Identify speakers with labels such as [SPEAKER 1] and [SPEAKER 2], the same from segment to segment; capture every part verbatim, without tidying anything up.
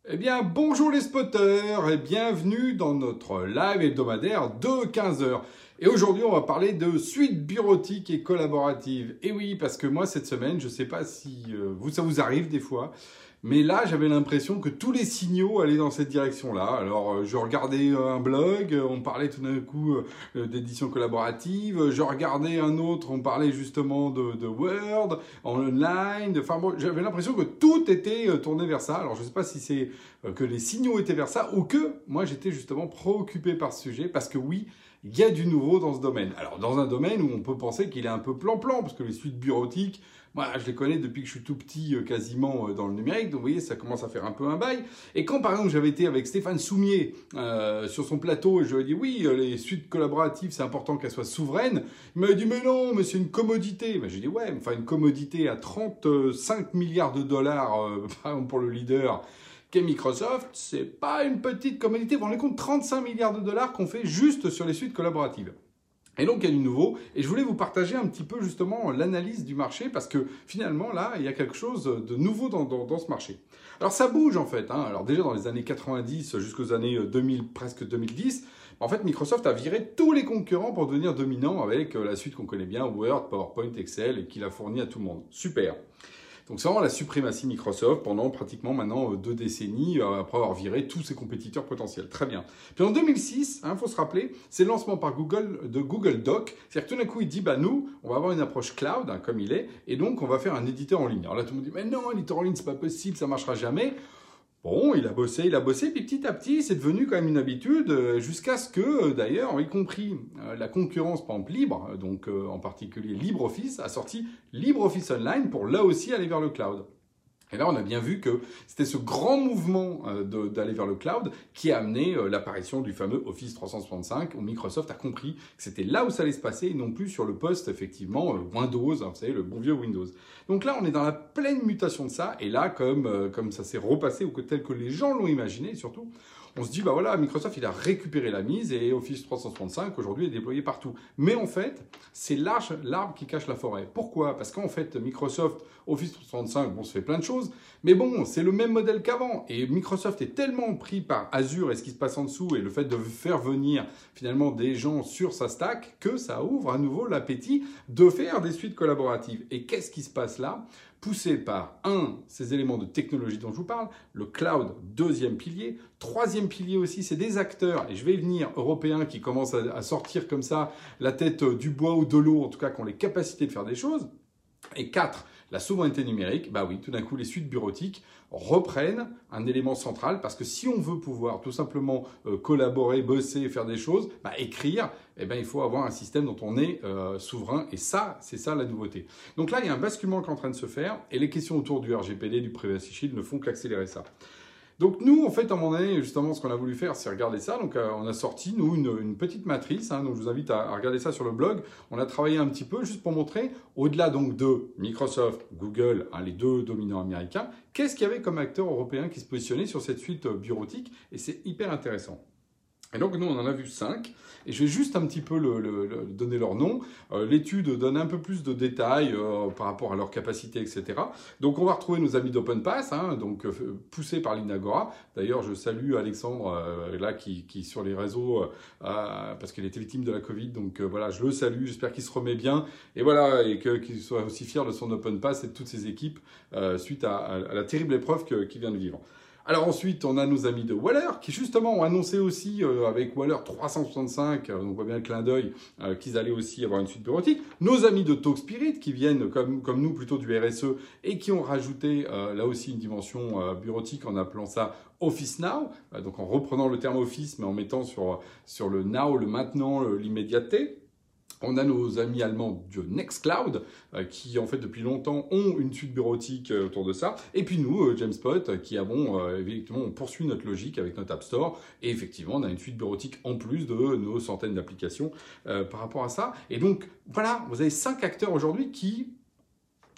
[SPEAKER 1] Eh bien, bonjour les spotters et bienvenue dans notre live hebdomadaire de quinze heures. Et aujourd'hui, on va parler de suite bureautique et collaborative. Et oui, parce que moi, cette semaine, je ne sais pas si euh, vous, ça vous arrive des fois, mais là, j'avais l'impression que tous les signaux allaient dans cette direction-là. Alors, euh, je regardais un blog, euh, on parlait tout d'un coup euh, d'édition collaborative. Je regardais un autre, on parlait justement de, de Word, en online. Enfin bon, j'avais l'impression que tout était euh, tourné vers ça. Alors, je ne sais pas si c'est euh, que les signaux étaient vers ça ou que moi, j'étais justement préoccupé par ce sujet parce que oui, il y a du nouveau dans ce domaine. Alors, dans un domaine où on peut penser qu'il est un peu plan-plan, parce que les suites bureautiques, moi, je les connais depuis que je suis tout petit, euh, quasiment euh, dans le numérique. Donc, vous voyez, ça commence à faire un peu un bail. Et quand, par exemple, j'avais été avec Stéphane Soumier euh, sur son plateau et je lui ai dit, oui, euh, les suites collaboratives, c'est important qu'elles soient souveraines. Il m'a dit, mais non, mais c'est une commodité. Ben, j'ai dit, ouais, enfin, une commodité à trente-cinq milliards de dollars, euh, par exemple, pour le leader qu'est Microsoft, c'est pas une petite commodité. Vous vous rendez compte, trente-cinq milliards de dollars qu'on fait juste sur les suites collaboratives. Et donc, il y a du nouveau. Et je voulais vous partager un petit peu justement l'analyse du marché parce que finalement, là, il y a quelque chose de nouveau dans, dans, dans ce marché. Alors, ça bouge en fait. Hein. Alors, déjà dans les années quatre-vingt-dix jusqu'aux années deux mille, presque deux mille dix, en fait, Microsoft a viré tous les concurrents pour devenir dominant avec la suite qu'on connaît bien, Word, PowerPoint, Excel, et qu'il a fourni à tout le monde. Super. Donc c'est vraiment la suprématie Microsoft pendant pratiquement maintenant deux décennies après avoir viré tous ses compétiteurs potentiels. Très bien. Puis en deux mille six, il hein, faut se rappeler, c'est le lancement par Google de Google Doc. C'est-à-dire que tout d'un coup, il dit, bah nous, on va avoir une approche cloud, hein, comme il est, et donc on va faire un éditeur en ligne. Alors là, tout le monde dit, mais non, un éditeur en ligne, c'est pas possible, ça marchera jamais. Bon, il a bossé, il a bossé, puis petit à petit, c'est devenu quand même une habitude, jusqu'à ce que, d'ailleurs, y compris la concurrence, par exemple, Libre, donc en particulier LibreOffice, a sorti LibreOffice Online pour là aussi aller vers le cloud. Et là, on a bien vu que c'était ce grand mouvement d'aller vers le cloud qui a amené l'apparition du fameux Office trois cent soixante-cinq, où Microsoft a compris que c'était là où ça allait se passer et non plus sur le poste, effectivement, Windows, vous savez, le bon vieux Windows. Donc là, on est dans la pleine mutation de ça. Et là, comme, comme ça s'est repassé, ou que tel que les gens l'ont imaginé, surtout, on se dit, bah voilà, Microsoft, il a récupéré la mise et Office trois cent soixante-cinq, aujourd'hui, est déployé partout. Mais en fait, c'est l'arbre qui cache la forêt. Pourquoi? Parce qu'en fait, Microsoft, Office trois cent soixante-cinq, bon, ça fait plein de choses, mais bon, c'est le même modèle qu'avant. Et Microsoft est tellement pris par Azure et ce qui se passe en dessous et le fait de faire venir finalement des gens sur sa stack que ça ouvre à nouveau l'appétit de faire des suites collaboratives. Et qu'est-ce qui se passe là? Poussé par, un, ces éléments de technologie dont je vous parle, le cloud, deuxième pilier. Troisième pilier aussi, c'est des acteurs, et je vais y venir, européens qui commencent à, à sortir comme ça la tête du bois ou de l'eau, en tout cas qui ont les capacités de faire des choses. Et quatre, la souveraineté numérique, bah oui, tout d'un coup, les suites bureautiques reprennent un élément central parce que si on veut pouvoir tout simplement euh, collaborer, bosser, faire des choses, bah, écrire, eh ben, il faut avoir un système dont on est euh, souverain et ça, c'est ça la nouveauté. Donc là, il y a un basculement qui est en train de se faire et les questions autour du R G P D, du Privacy Shield ne font qu'accélérer ça. Donc nous, en fait, à un moment donné, justement, ce qu'on a voulu faire, c'est regarder ça. Donc euh, on a sorti, nous, une, une petite matrice. Hein, donc je vous invite à, à regarder ça sur le blog. On a travaillé un petit peu juste pour montrer, au-delà donc de Microsoft, Google, hein, les deux dominants américains, qu'est-ce qu'il y avait comme acteurs européens qui se positionnaient sur cette suite euh, bureautique. Et c'est hyper intéressant. Et donc nous, on en a vu cinq, et je vais juste un petit peu le, le, le donner leur nom. Euh, L'étude donne un peu plus de détails euh, par rapport à leur capacité, et cetera. Donc on va retrouver nos amis d'OpenPass, hein, donc euh, poussés par l'Inagora. D'ailleurs, je salue Alexandre, euh, là, qui, qui sur les réseaux, euh, parce qu'il était victime de la Covid, donc euh, voilà, je le salue, j'espère qu'il se remet bien, et voilà, et qu'il soit aussi fier de son OpenPass et de toutes ses équipes, euh, suite à, à, à la terrible épreuve qu'il vient de vivre. Alors ensuite, on a nos amis de Waller, qui justement ont annoncé aussi euh, avec Waller trois cent soixante-cinq, euh, on voit bien le clin d'œil, euh, qu'ils allaient aussi avoir une suite bureautique. Nos amis de TalkSpirit, qui viennent comme, comme nous plutôt du R S E, et qui ont rajouté euh, là aussi une dimension euh, bureautique en appelant ça Office Now, euh, donc en reprenant le terme Office, mais en mettant sur, sur le Now, le maintenant, l'immédiateté. On a nos amis allemands de Nextcloud euh, qui, en fait, depuis longtemps, ont une suite bureautique euh, autour de ça. Et puis nous, euh, Jamespot, euh, qui avons, euh, effectivement, on poursuit notre logique avec notre App Store. Et effectivement, on a une suite bureautique en plus de nos centaines d'applications euh, par rapport à ça. Et donc, voilà, vous avez cinq acteurs aujourd'hui qui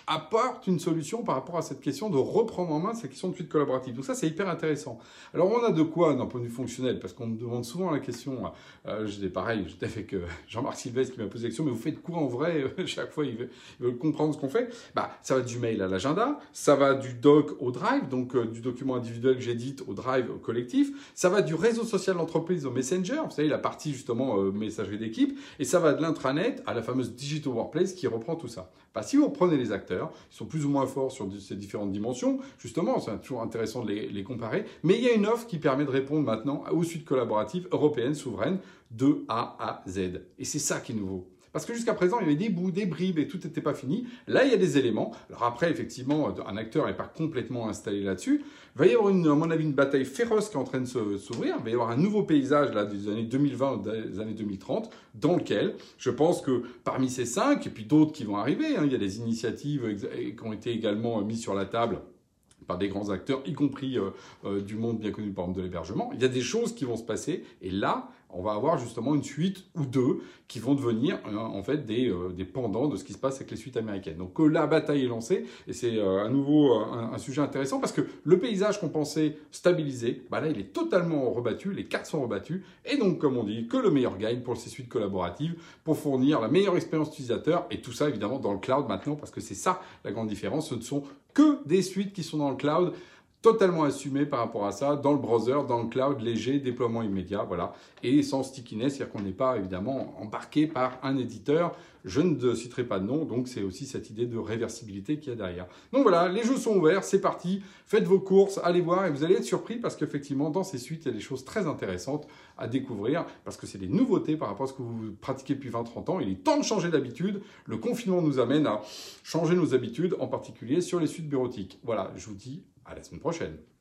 [SPEAKER 1] apporte une solution par rapport à cette question de reprendre en main cette question de suite collaborative. Donc ça, c'est hyper intéressant. Alors, on a de quoi d'un point de vue fonctionnel, parce qu'on me demande souvent la question, euh, j'étais pareil, j'étais avec euh, Jean-Marc Sylvestre qui m'a posé la question, mais vous faites quoi en vrai? Chaque fois, il veut, il veut comprendre ce qu'on fait. Bah, ça va du mail à l'agenda, ça va du doc au drive, donc euh, du document individuel que j'édite au drive au collectif, ça va du réseau social d'entreprise au Messenger, vous savez, la partie justement euh, messagerie d'équipe, et ça va de l'intranet à la fameuse Digital Workplace qui reprend tout ça. Bah, si vous reprenez les acteurs, ils sont plus ou moins forts sur ces différentes dimensions, justement, c'est toujours intéressant de les, les comparer, mais il y a une offre qui permet de répondre maintenant aux suites collaboratives européennes souveraines de A à Z. Et c'est ça qui est nouveau. Parce que jusqu'à présent, il y avait des bouts, des bribes et tout n'était pas fini. Là, il y a des éléments. Alors après, effectivement, un acteur n'est pas complètement installé là-dessus. Il va y avoir, une, à mon avis, une bataille féroce qui est en train de s'ouvrir. Il va y avoir un nouveau paysage là, des années deux mille vingt, des années deux mille trente, dans lequel je pense que parmi ces cinq, et puis d'autres qui vont arriver, hein, il y a des initiatives qui ont été également mises sur la table par des grands acteurs, y compris euh, euh, du monde bien connu par exemple de l'hébergement. Il y a des choses qui vont se passer et là, on va avoir justement une suite ou deux qui vont devenir euh, en fait des, euh, des pendants de ce qui se passe avec les suites américaines. Donc euh, la bataille est lancée et c'est euh, à nouveau un, un sujet intéressant parce que le paysage qu'on pensait stabilisé, bah là il est totalement rebattu, les cartes sont rebattues et donc comme on dit, que le meilleur gagne pour ces suites collaboratives pour fournir la meilleure expérience utilisateur et tout ça évidemment dans le cloud maintenant parce que c'est ça la grande différence, ce ne sont que des suites qui sont dans le cloud, totalement assumées par rapport à ça, dans le browser, dans le cloud, léger, déploiement immédiat, voilà, et sans stickiness, c'est-à-dire qu'on n'est pas évidemment embarqué par un éditeur, je ne citerai pas de nom, donc c'est aussi cette idée de réversibilité qu'il y a derrière. Donc voilà, les jeux sont ouverts, c'est parti, faites vos courses, allez voir, et vous allez être surpris parce qu'effectivement, dans ces suites, il y a des choses très intéressantes à découvrir, parce que c'est des nouveautés par rapport à ce que vous pratiquez depuis vingt à trente ans, il est temps de changer d'habitude, le confinement nous amène à changer nos habitudes, en particulier sur les suites bureautiques. Voilà, je vous dis à la semaine prochaine.